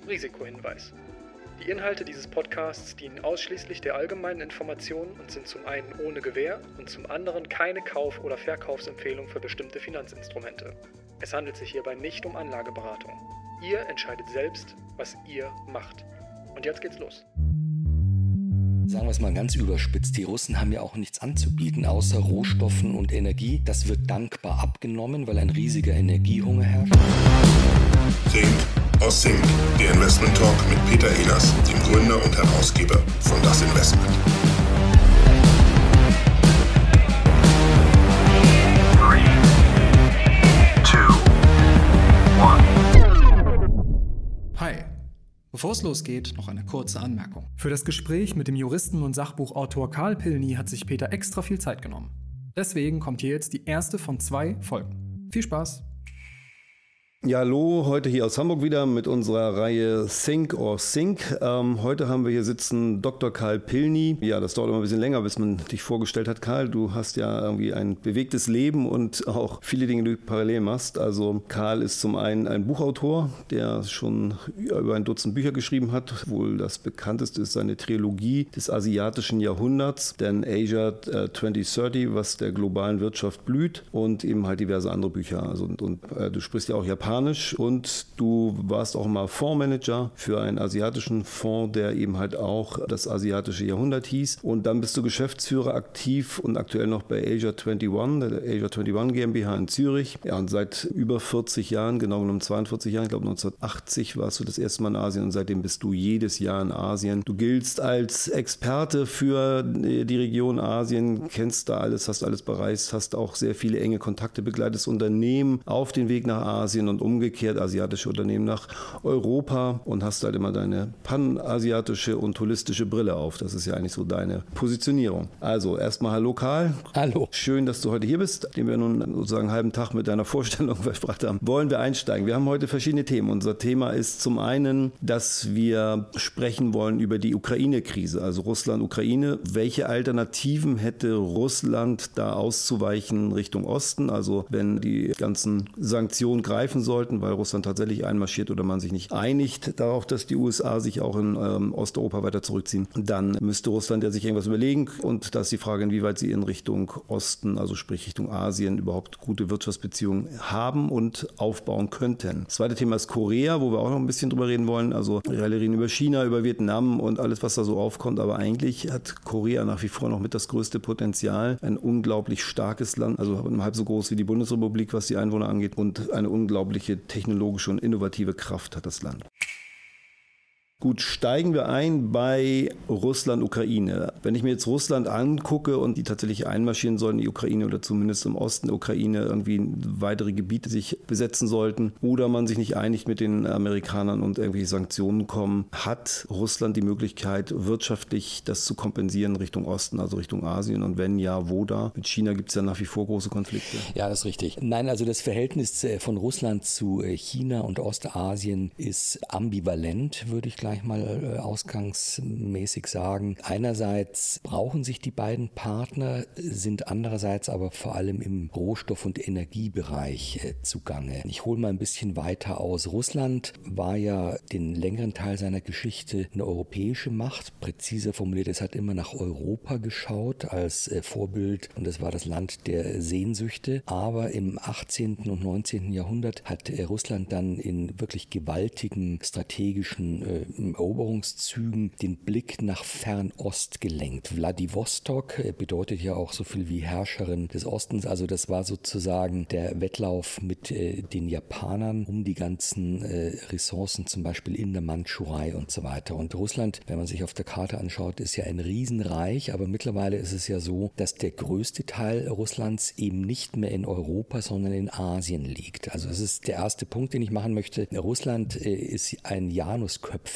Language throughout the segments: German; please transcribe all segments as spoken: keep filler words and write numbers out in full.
Risikohinweis. Die Inhalte dieses Podcasts dienen ausschließlich der allgemeinen Information und sind zum einen ohne Gewähr und zum anderen keine Kauf- oder Verkaufsempfehlung für bestimmte Finanzinstrumente. Es handelt sich hierbei nicht um Anlageberatung. Ihr entscheidet selbst, was ihr macht. Und jetzt geht's los. Sagen wir es mal ganz überspitzt, die Russen haben ja auch nichts anzubieten, außer Rohstoffen und Energie. Das wird dankbar abgenommen, weil ein riesiger Energiehunger herrscht. Think or Think, der Investment Talk mit Peter Ehlers, dem Gründer und Herausgeber von Das Investment. Hi. Bevor es losgeht, noch eine kurze Anmerkung. Für das Gespräch mit dem Juristen und Sachbuchautor Karl Pilny hat sich Peter extra viel Zeit genommen. Deswegen kommt hier jetzt die erste von zwei Folgen. Viel Spaß! Ja, hallo, heute hier aus Hamburg wieder mit unserer Reihe Think or Think. Ähm, heute haben wir hier sitzen Doktor Karl Pilny. Ja, das dauert immer ein bisschen länger, bis man dich vorgestellt hat. Karl, du hast ja irgendwie ein bewegtes Leben und auch viele Dinge, die du parallel machst. Also Karl ist zum einen ein Buchautor, der schon über ein Dutzend Bücher geschrieben hat. Wohl das bekannteste ist seine Trilogie des asiatischen Jahrhunderts, denn Asia äh, zwanzig dreißig, was der globalen Wirtschaft blüht, und eben halt diverse andere Bücher. Also, und, und äh, du sprichst ja auch Japanisch. Und du warst auch mal Fondsmanager für einen asiatischen Fonds, der eben halt auch das asiatische Jahrhundert hieß. Und dann bist du Geschäftsführer aktiv und aktuell noch bei Asia einundzwanzig, der Asia einundzwanzig GmbH in Zürich. Ja, und seit über vierzig Jahren, genau genommen zweiundvierzig Jahren, ich glaube neunzehnhundertachtzig warst du das erste Mal in Asien und seitdem bist du jedes Jahr in Asien. Du giltst als Experte für die Region Asien, kennst da alles, hast alles bereist, hast auch sehr viele enge Kontakte, begleitest Unternehmen auf den Weg nach Asien und umgekehrt asiatische Unternehmen nach Europa und hast halt immer deine panasiatische und holistische Brille auf. Das ist ja eigentlich so deine Positionierung. Also erstmal hallo Karl. Hallo. Schön, dass du heute hier bist, den wir nun sozusagen einen halben Tag mit deiner Vorstellung verbracht haben. Wollen wir einsteigen? Wir haben heute verschiedene Themen. Unser Thema ist zum einen, dass wir sprechen wollen über die Ukraine-Krise, also Russland-Ukraine. Welche Alternativen hätte Russland da auszuweichen Richtung Osten? Also wenn die ganzen Sanktionen greifen sollten, weil Russland tatsächlich einmarschiert oder man sich nicht einigt darauf, dass die U S A sich auch in ähm, Osteuropa weiter zurückziehen, dann müsste Russland ja sich irgendwas überlegen. Und da ist die Frage, inwieweit sie in Richtung Osten, also sprich Richtung Asien, überhaupt gute Wirtschaftsbeziehungen haben und aufbauen könnten. Das zweite Thema ist Korea, wo wir auch noch ein bisschen drüber reden wollen. Also wir reden über China, über Vietnam und alles, was da so aufkommt. Aber eigentlich hat Korea nach wie vor noch mit das größte Potenzial. Ein unglaublich starkes Land, also halb so groß wie die Bundesrepublik, was die Einwohner angeht, und eine unglaubliche technologische und innovative Kraft hat das Land. Gut, steigen wir ein bei Russland-Ukraine. Wenn ich mir jetzt Russland angucke und die tatsächlich einmarschieren sollen in die Ukraine oder zumindest im Osten der Ukraine irgendwie weitere Gebiete sich besetzen sollten oder man sich nicht einigt mit den Amerikanern und irgendwelche Sanktionen kommen, hat Russland die Möglichkeit, wirtschaftlich das zu kompensieren Richtung Osten, also Richtung Asien? Und wenn ja, wo da? Mit China gibt es ja nach wie vor große Konflikte. Ja, das ist richtig. Nein, also das Verhältnis von Russland zu China und Ostasien ist ambivalent, würde ich gleich mal ausgangsmäßig sagen. Einerseits brauchen sich die beiden Partner, sind andererseits aber vor allem im Rohstoff- und Energiebereich zugange. Ich hole mal ein bisschen weiter aus. Russland war ja den längeren Teil seiner Geschichte eine europäische Macht. Präziser formuliert, es hat immer nach Europa geschaut als Vorbild und es war das Land der Sehnsüchte. Aber im achtzehnten und neunzehnten Jahrhundert hat Russland dann in wirklich gewaltigen strategischen äh, Eroberungszügen den Blick nach Fernost gelenkt. Vladivostok bedeutet ja auch so viel wie Herrscherin des Ostens. Also das war sozusagen der Wettlauf mit äh, den Japanern um die ganzen äh, Ressourcen, zum Beispiel in der Mandschurei und so weiter. Und Russland, wenn man sich auf der Karte anschaut, ist ja ein Riesenreich, aber mittlerweile ist es ja so, dass der größte Teil Russlands eben nicht mehr in Europa, sondern in Asien liegt. Also das ist der erste Punkt, den ich machen möchte. Russland äh, ist ein janusköpfiges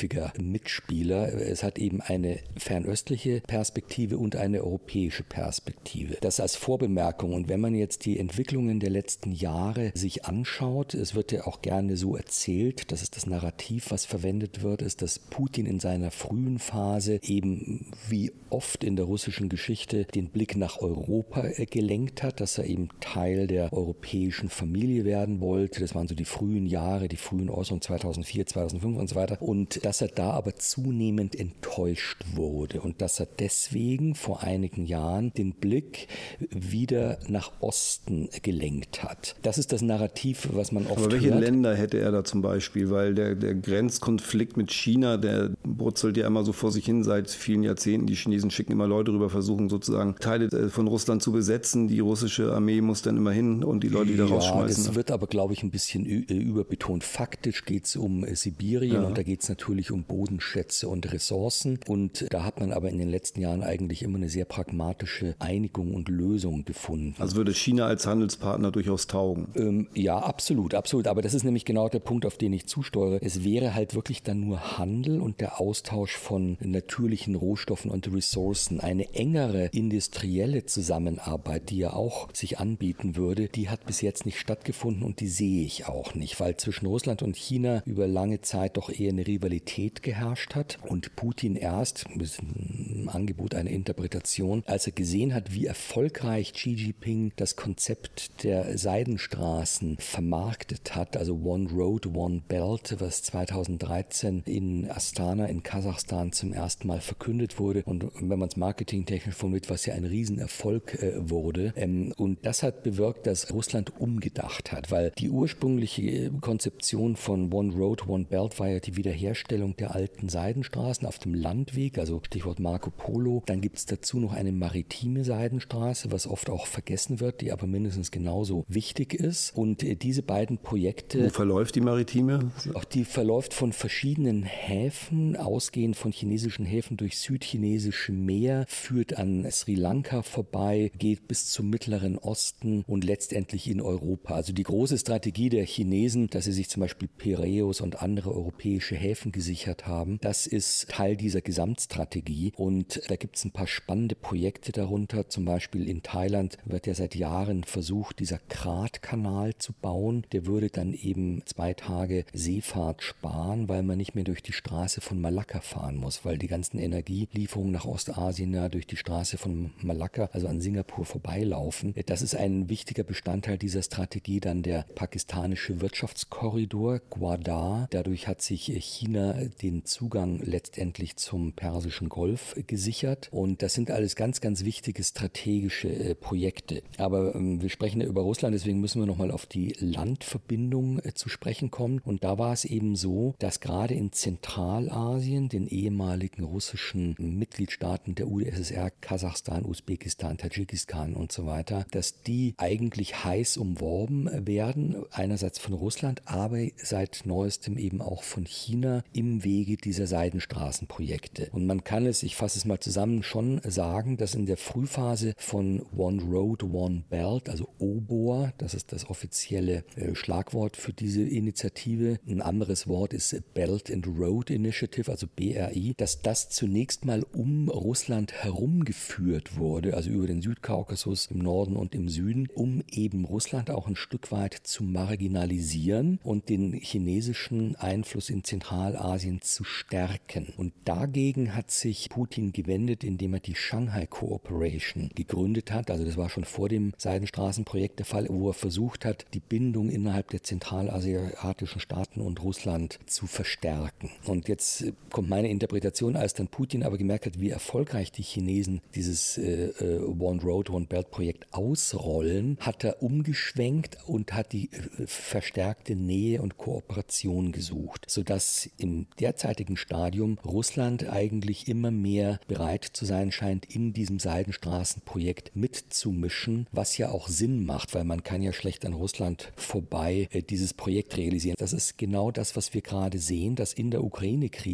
häufiger Mitspieler. Es hat eben eine fernöstliche Perspektive und eine europäische Perspektive. Das als Vorbemerkung. Und wenn man jetzt die Entwicklungen der letzten Jahre sich anschaut, es wird ja auch gerne so erzählt, das ist das Narrativ, was verwendet wird, ist, dass Putin in seiner frühen Phase eben wie oft in der russischen Geschichte den Blick nach Europa gelenkt hat, dass er eben Teil der europäischen Familie werden wollte. Das waren so die frühen Jahre, die frühen Äußerungen zweitausendvier, zweitausendfünf und so weiter. Und dass er da aber zunehmend enttäuscht wurde und dass er deswegen vor einigen Jahren den Blick wieder nach Osten gelenkt hat. Das ist das Narrativ, was man oft hört. Aber welche hört. Länder hätte er da zum Beispiel? Weil der, der Grenzkonflikt mit China, der brutzelt ja immer so vor sich hin seit vielen Jahrzehnten. Die Chinesen schicken immer Leute rüber, versuchen sozusagen Teile von Russland zu besetzen. Die russische Armee muss dann immer hin und die Leute wieder ja, rausschmeißen. Das wird aber, glaube ich, ein bisschen überbetont. Faktisch geht es um Sibirien ja. und da geht es natürlich um Bodenschätze und Ressourcen. Und da hat man aber in den letzten Jahren eigentlich immer eine sehr pragmatische Einigung und Lösung gefunden. Also würde China als Handelspartner durchaus taugen? Ähm, ja, absolut, absolut. Aber das ist nämlich genau der Punkt, auf den ich zusteuere. Es wäre halt wirklich dann nur Handel und der Austausch von natürlichen Rohstoffen und Ressourcen. Eine engere industrielle Zusammenarbeit, die ja auch sich anbieten würde, die hat bis jetzt nicht stattgefunden und die sehe ich auch nicht, weil zwischen Russland und China über lange Zeit doch eher eine Rivalität geherrscht hat und Putin erst, das ist ein Angebot, eine Interpretation, als er gesehen hat, wie erfolgreich Xi Jinping das Konzept der Seidenstraßen vermarktet hat, also One Road, One Belt, was zweitausenddreizehn in Astana in Kasachstan zum ersten Mal verkündet wurde und wenn man es marketingtechnisch formuliert, was ja ein Riesenerfolg äh, wurde. Ähm, und das hat bewirkt, dass Russland umgedacht hat, weil die ursprüngliche Konzeption von One Road, One Belt war ja die Wiederherstellung der alten Seidenstraßen auf dem Landweg, also Stichwort Marco Polo. Dann gibt es dazu noch eine maritime Seidenstraße, was oft auch vergessen wird, die aber mindestens genauso wichtig ist. Und äh, diese beiden Projekte... Wo verläuft die maritime? Auch die verläuft von verschiedenen Häfen, ausgehend von chinesischen Häfen durch südchinesische Meer, führt an Sri Lanka vorbei, geht bis zum Mittleren Osten und letztendlich in Europa. Also die große Strategie der Chinesen, dass sie sich zum Beispiel Piräus und andere europäische Häfen gesichert haben, das ist Teil dieser Gesamtstrategie und da gibt es ein paar spannende Projekte darunter. Zum Beispiel in Thailand wird ja seit Jahren versucht, dieser Krat-Kanal zu bauen. Der würde dann eben zwei Tage Seefahrt sparen, weil man nicht mehr durch die Straße von Malakka fahren muss, weil die ganzen Energielieferungen nach Ostasien ja durch die Straße von Malakka, also an Singapur, vorbeilaufen. Das ist ein wichtiger Bestandteil dieser Strategie, dann der pakistanische Wirtschaftskorridor Gwadar. Dadurch hat sich China den Zugang letztendlich zum Persischen Golf gesichert und das sind alles ganz, ganz wichtige strategische äh, Projekte. Aber ähm, wir sprechen ja über Russland, deswegen müssen wir nochmal auf die Landverbindung äh, zu sprechen kommen und da war es eben so, dass gerade in Zentralasien, den ehemaligen russischen Mitgliedstaaten der U d S S R, Kasachstan, Usbekistan, Tadschikistan und so weiter, dass die eigentlich heiß umworben werden, einerseits von Russland, aber seit neuestem eben auch von China im Wege dieser Seidenstraßenprojekte. Und man kann es, ich fasse es mal zusammen, schon sagen, dass in der Frühphase von One Road, One Belt, also O B O R, das ist das offizielle äh, Schlagwort für diese Initiative, ein anderes Wort ist Belt and Road Initiative, also B R I, dass das zunächst mal um Russland herumgeführt wurde, also über den Südkaukasus im Norden und im Süden, um eben Russland auch ein Stück weit zu marginalisieren und den chinesischen Einfluss in Zentralasien zu stärken. Und dagegen hat sich Putin gewendet, indem er die Shanghai Cooperation gegründet hat. Also das war schon vor dem Seidenstraßenprojekt der Fall, wo er versucht hat, die Bindung innerhalb der zentralasiatischen Staaten und Russland zu verstärken. Und jetzt kommt meine Interpretation, als dann Putin aber gemerkt hat, wie erfolgreich die Chinesen dieses äh, One Road, One Belt Projekt ausrollen, hat er umgeschwenkt und hat die äh, verstärkte Nähe und Kooperation gesucht, sodass im derzeitigen Stadium Russland eigentlich immer mehr bereit zu sein scheint, in diesem Seidenstraßenprojekt mitzumischen, was ja auch Sinn macht, weil man kann ja schlecht an Russland vorbei äh, dieses Projekt realisieren. Das ist genau das, was wir gerade sehen, dass in der Ukraine-Krise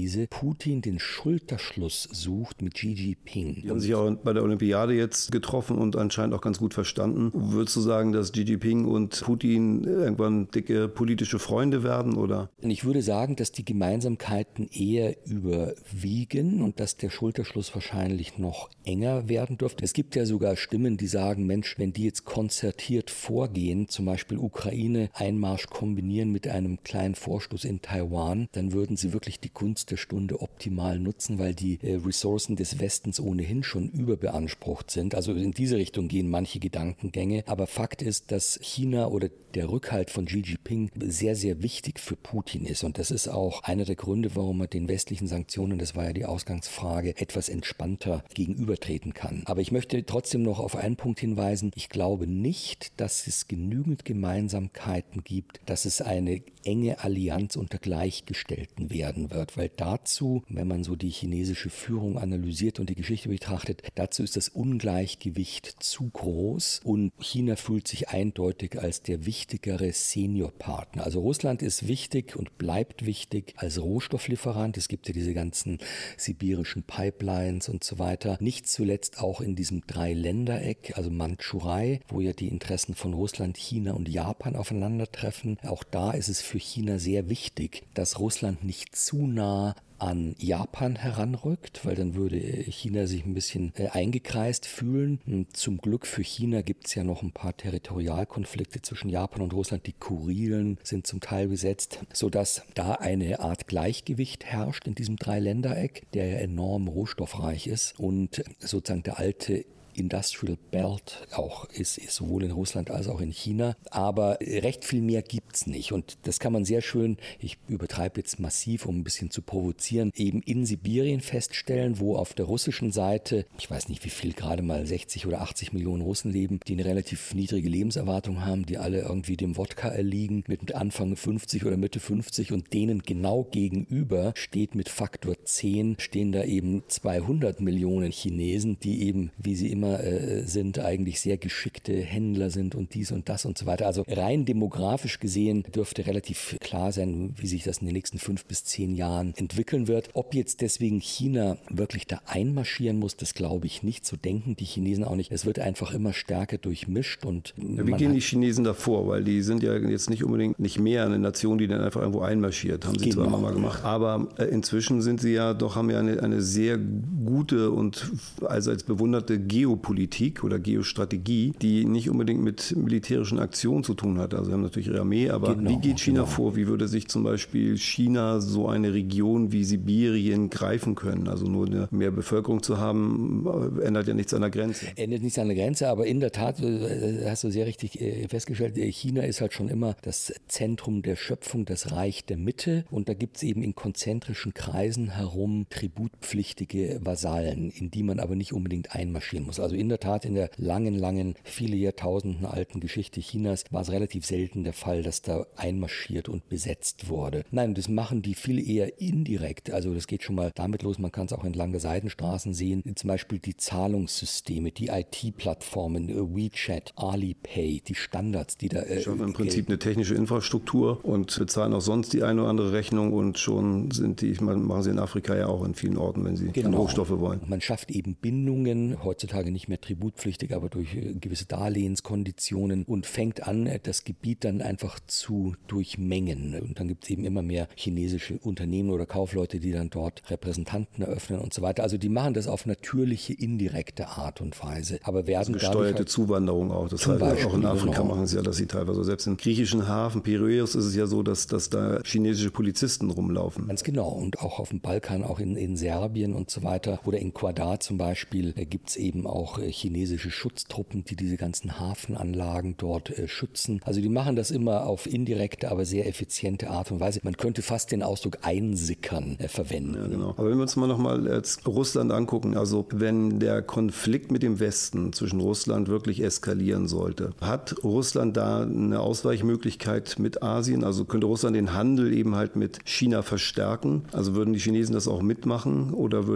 Krise Putin den Schulterschluss sucht mit Xi Jinping. Die haben sich auch bei der Olympiade jetzt getroffen und anscheinend auch ganz gut verstanden. Würdest du sagen, dass Xi Jinping und Putin irgendwann dicke politische Freunde werden, oder? Ich würde sagen, dass die Gemeinsamkeiten eher überwiegen und dass der Schulterschluss wahrscheinlich noch enger werden dürfte. Es gibt ja sogar Stimmen, die sagen, Mensch, wenn die jetzt konzertiert vorgehen, zum Beispiel Ukraine-Einmarsch kombinieren mit einem kleinen Vorstoß in Taiwan, dann würden sie wirklich die Gunst der Stunde optimal nutzen, weil die äh, Ressourcen des Westens ohnehin schon überbeansprucht sind. Also in diese Richtung gehen manche Gedankengänge. Aber Fakt ist, dass China oder der Rückhalt von Xi Jinping sehr, sehr wichtig für Putin ist. Und das ist auch einer der Gründe, warum man den westlichen Sanktionen, das war ja die Ausgangsfrage, etwas entspannter gegenübertreten kann. Aber ich möchte trotzdem noch auf einen Punkt hinweisen. Ich glaube nicht, dass es genügend Gemeinsamkeiten gibt, dass es eine enge Allianz unter Gleichgestellten werden wird. Weil dazu, wenn man so die chinesische Führung analysiert und die Geschichte betrachtet, dazu ist das Ungleichgewicht zu groß und China fühlt sich eindeutig als der wichtigste wichtigere Seniorpartner. Also Russland ist wichtig und bleibt wichtig als Rohstofflieferant. Es gibt ja diese ganzen sibirischen Pipelines und so weiter. Nicht zuletzt auch in diesem Dreiländereck, also Mandschurei, wo ja die Interessen von Russland, China und Japan aufeinandertreffen. Auch da ist es für China sehr wichtig, dass Russland nicht zu nah an Japan heranrückt, weil dann würde China sich ein bisschen äh, eingekreist fühlen. Und zum Glück für China gibt es ja noch ein paar Territorialkonflikte zwischen Japan und Russland. Die Kurilen sind zum Teil besetzt, sodass da eine Art Gleichgewicht herrscht in diesem Dreiländereck, der ja enorm rohstoffreich ist und sozusagen der alte Industrial Belt auch ist, ist sowohl in Russland als auch in China. Aber recht viel mehr gibt's nicht. Und das kann man sehr schön, ich übertreibe jetzt massiv, um ein bisschen zu provozieren, eben in Sibirien feststellen, wo auf der russischen Seite, ich weiß nicht wie viel, gerade mal sechzig oder achtzig Millionen Russen leben, die eine relativ niedrige Lebenserwartung haben, die alle irgendwie dem Wodka erliegen, mit Anfang fünfzig oder Mitte fünfzig, und denen genau gegenüber steht mit Faktor zehn, stehen da eben zweihundert Millionen Chinesen, die eben, wie sie immer sind, eigentlich sehr geschickte Händler sind und dies und das und so weiter. Also rein demografisch gesehen dürfte relativ klar sein, wie sich das in den nächsten fünf bis zehn Jahren entwickeln wird. Ob jetzt deswegen China wirklich da einmarschieren muss, das glaube ich nicht. So denken die Chinesen auch nicht. Es wird einfach immer stärker durchmischt. Und ja, wie gehen die Chinesen davor? Weil die sind ja jetzt nicht unbedingt nicht mehr eine Nation, die dann einfach irgendwo einmarschiert. Haben sie genau. zwar mal gemacht. Aber äh, inzwischen sind sie ja doch, haben ja eine, eine sehr gute und allseits bewunderte Geopolitik Politik oder Geostrategie, die nicht unbedingt mit militärischen Aktionen zu tun hat. Also wir haben natürlich ihre Armee, aber genau, wie geht China genau. vor? Wie würde sich zum Beispiel China so eine Region wie Sibirien greifen können? Also nur eine mehr Bevölkerung zu haben, ändert ja nichts an der Grenze. Ändert nichts an der Grenze, aber in der Tat, hast du sehr richtig festgestellt, China ist halt schon immer das Zentrum der Schöpfung, das Reich der Mitte, und da gibt es eben in konzentrischen Kreisen herum tributpflichtige Vasallen, in die man aber nicht unbedingt einmarschieren muss. Also in der Tat, in der langen, langen, viele Jahrtausenden alten Geschichte Chinas war es relativ selten der Fall, dass da einmarschiert und besetzt wurde. Nein, das machen die viel eher indirekt. Also das geht schon mal damit los, man kann es auch entlang der Seitenstraßen sehen. Zum Beispiel die Zahlungssysteme, die I T-Plattformen, WeChat, Alipay, die Standards, die da... Äh, schaffen im Prinzip eine technische Infrastruktur und bezahlen auch sonst die eine oder andere Rechnung, und schon sind die, ich meine, machen sie in Afrika ja auch in vielen Orten, wenn sie genau. Rohstoffe wollen. Man schafft eben Bindungen, heutzutage nicht mehr tributpflichtig, aber durch gewisse Darlehenskonditionen, und fängt an, das Gebiet dann einfach zu durchmengen. Und dann gibt es eben immer mehr chinesische Unternehmen oder Kaufleute, die dann dort Repräsentanten eröffnen und so weiter. Also die machen das auf natürliche, indirekte Art und Weise. Aber werden also gesteuerte halt Zuwanderung auch. Das heißt, Beispiel, auch in Afrika genau. machen sie ja, dass sie teilweise, selbst im griechischen Hafen Piräus ist es ja so, dass, dass da chinesische Polizisten rumlaufen. Ganz genau. Und auch auf dem Balkan, auch in, in Serbien und so weiter. Oder in Quadar zum Beispiel äh, gibt es eben auch äh, chinesische Schutztruppen, die diese ganzen Hafenanlagen dort äh, schützen. Also die machen das immer auf indirekte, aber sehr effiziente Art und Weise. Man könnte fast den Ausdruck einsickern äh, verwenden. Ja, genau. Aber wenn wir uns mal nochmal jetzt Russland angucken, also wenn der Konflikt mit dem Westen zwischen Russland wirklich eskalieren sollte, hat Russland da eine Ausweichmöglichkeit mit Asien? Also könnte Russland den Handel eben halt mit China verstärken? Also würden die Chinesen das auch mitmachen oder würden die sagen,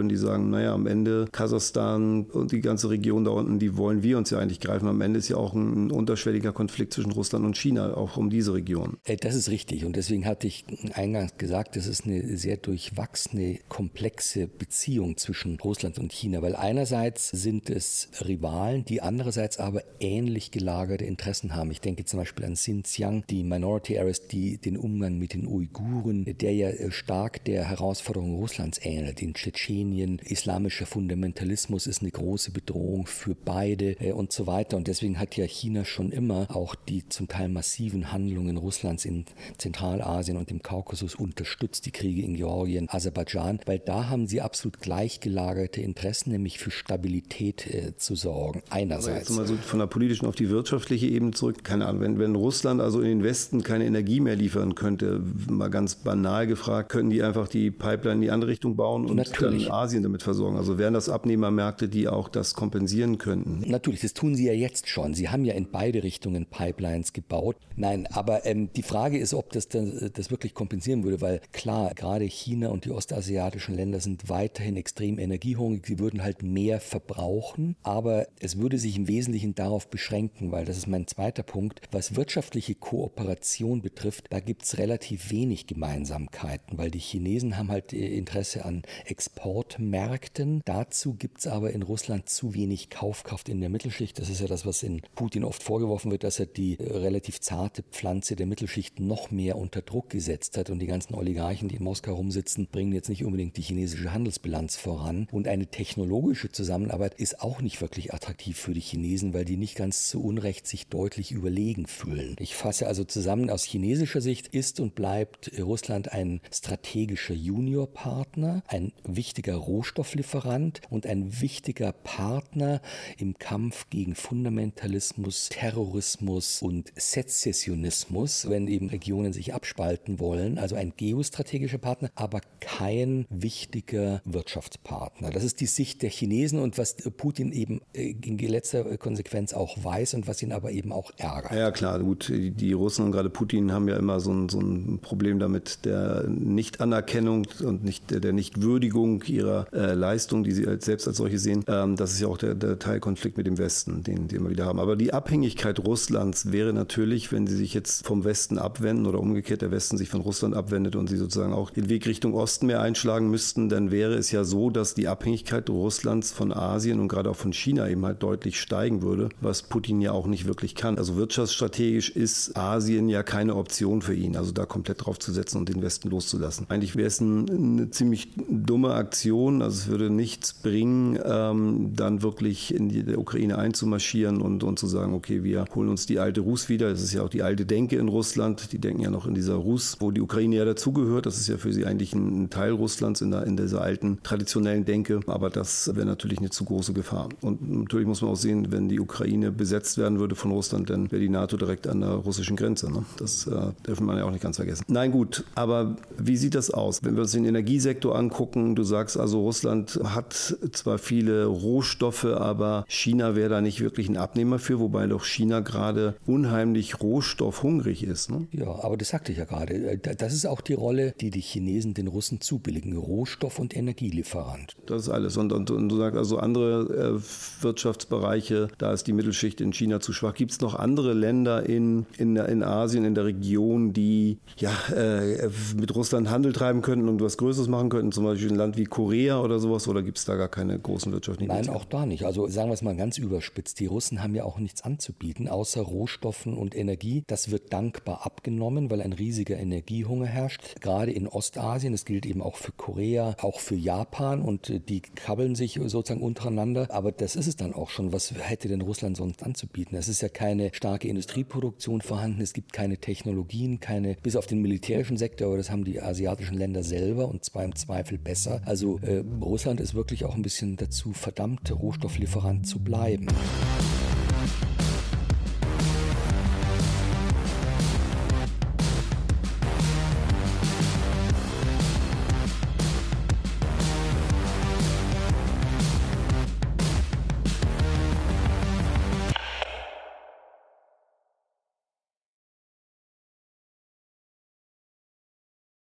Und naja, am Ende Kasachstan und die ganze Region da unten, die wollen wir uns ja eigentlich greifen. Am Ende ist ja auch ein unterschwelliger Konflikt zwischen Russland und China, auch um diese Region. Das ist richtig. Und deswegen hatte ich eingangs gesagt, das ist eine sehr durchwachsene, komplexe Beziehung zwischen Russland und China. Weil einerseits sind es Rivalen, die andererseits aber ähnlich gelagerte Interessen haben. Ich denke zum Beispiel an Xinjiang, die Minority Areas, die den Umgang mit den Uiguren, der ja stark der Herausforderung Russlands ähnelt. In Tschetschenien, islamischer Fundamentalismus ist eine große Bedrohung für beide und so weiter. Und deswegen hat ja China schon immer auch die zum Teil massiven Handlungen Russlands in Zentralasien und im Kaukasus unterstützt, die Kriege in Georgien, Aserbaidschan, weil da haben sie absolut gleichgelagerte Interessen, nämlich für Stabilität äh, zu sorgen. Einerseits. Jetzt mal so von der politischen auf die wirtschaftliche Ebene zurück. Keine Ahnung, wenn, wenn Russland also in den Westen keine Energie mehr liefern könnte, mal ganz banal gefragt, könnten die einfach die Pipeline in die andere Richtung bauen und Natürlich. dann Asien damit versorgen? Also wären das Abnehmermärkte, die auch das kompensieren könnten? Natürlich, das tun sie ja jetzt schon. Sie haben ja in beide Richtungen Pipelines gebaut. Nein, aber ähm, die Frage ist, ob das, das das wirklich kompensieren würde, weil klar, gerade China und die ostasiatischen Länder sind weiterhin extrem energiehungrig. Sie würden halt mehr verbrauchen, aber es würde sich im Wesentlichen darauf beschränken, weil das ist mein zweiter Punkt, was wirtschaftliche Kooperation betrifft, da gibt es relativ wenig Gemeinsamkeiten, weil die Chinesen haben halt Interesse an Exportmärkten. Dazu gibt es aber in Russland zu wenig Kaufkraft in der Mittelschicht. Das ist ja das, was in Putin oft vorgeworfen wird, dass er die relativ zarte Pflanze der Mittelschicht noch mehr unter Druck gesetzt hat und die ganzen Oligarchen, die in Moskau rumsitzen, bringen jetzt nicht unbedingt die chinesische Handelsbilanz voran. Und eine technologische Zusammenarbeit ist auch nicht wirklich attraktiv für die Chinesen, weil die nicht ganz zu Unrecht sich deutlich überlegen fühlen. Ich fasse also zusammen, aus chinesischer Sicht ist und bleibt Russland ein strategischer Juniorpartner, ein wichtiger Rohstofflieferant und ein wichtiger Partner im Kampf gegen Fundamentalismus, Terrorismus und Sezessionismus, wenn eben Regionen sich abspalten wollen. Also ein geostrategischer Partner, aber kein wichtiger Wirtschaftspartner. Das ist die Sicht der Chinesen und was Putin eben in letzter Konsequenz auch weiß und was ihn aber eben auch ärgert. Ja klar, gut, die Russen und gerade Putin haben ja immer so ein, so ein Problem damit der Nichtanerkennung und nicht, der, der Nichtwürdigung ihrer äh, Leistung, die sie als, selbst als solche sehen. Ähm, das ist ja auch der, der Teilkonflikt mit dem Westen, den, den wir wieder haben. Aber die Abhängigkeit Russlands wäre natürlich, wenn sie sich jetzt vom Westen abwenden oder umgekehrt der Westen sich von Russland abwendet und sie sozusagen auch den Weg Richtung Osten mehr einschlagen müssten, dann wäre es ja so, dass die Abhängigkeit Russlands von Asien und gerade auch von China eben halt deutlich steigen würde, was Putin ja auch nicht wirklich kann. Also wirtschaftsstrategisch ist Asien ja keine Option für ihn, also da komplett drauf zu setzen und den Westen loszulassen. Eigentlich wäre es ein, eine ziemlich dumme Aktion, also es würde nichts bringen, ähm, dann wirklich in die der Ukraine einzumarschieren und, und zu sagen, okay, wir holen uns die alte Rus wieder. Das ist ja auch die alte Denke in Russland. Die denken ja noch in dieser Rus, wo die Ukraine ja dazugehört. Das ist ja für sie eigentlich ein Teil Russlands in, der, in dieser alten traditionellen Denke. Aber das wäre natürlich eine zu große Gefahr. Und natürlich muss man auch sehen, wenn die Ukraine besetzt werden würde von Russland, dann wäre die NATO direkt an der russischen Grenze. Ne? Das äh, dürfen wir ja auch nicht ganz vergessen. Nein, gut. Aber wie sieht das aus? Wenn wir uns den Energiesektor angucken, du sagst also, Russland hat zwar viele Rohstoffe, aber China wäre da nicht wirklich ein Abnehmer für, wobei doch China gerade unheimlich rohstoffhungrig ist. Ne? Ja, aber das sagte ich ja gerade. Das ist auch die Rolle, die die Chinesen den Russen zubilligen. Rohstoff- und Energielieferant. Das ist alles. Und, und, und du sagst also andere äh, Wirtschaftsbereiche, da ist die Mittelschicht in China zu schwach. Gibt es noch andere Länder in, in, in Asien, in der Region, die ja, äh, mit Russland Handel treiben könnten und was Größeres machen könnten? Zum Beispiel ein Land wie Korea oder sowas? Oder gibt es da gar keine großen wirtschaftlichen Nein, auch da nicht. Also sagen wir es mal ganz überspitzt. Die Russen haben ja auch nichts anzubieten, außer Rohstoffen und Energie. Das wird dankbar abgenommen, weil ein riesiger Energiehunger herrscht. Gerade in Ostasien, das gilt eben auch für Korea, auch für Japan und die kabbeln sich sozusagen untereinander. Aber das ist es dann auch schon. Was hätte denn Russland sonst anzubieten? Es ist ja keine starke Industrieproduktion vorhanden. Es gibt keine Technologien, keine, bis auf den militärischen Sektor, aber das haben die asiatischen Länder selber und zwar im Zweifel besser. Also äh, Russland ist wirklich auch ein bisschen dazu verdammt, Rohstofflieferant zu bleiben.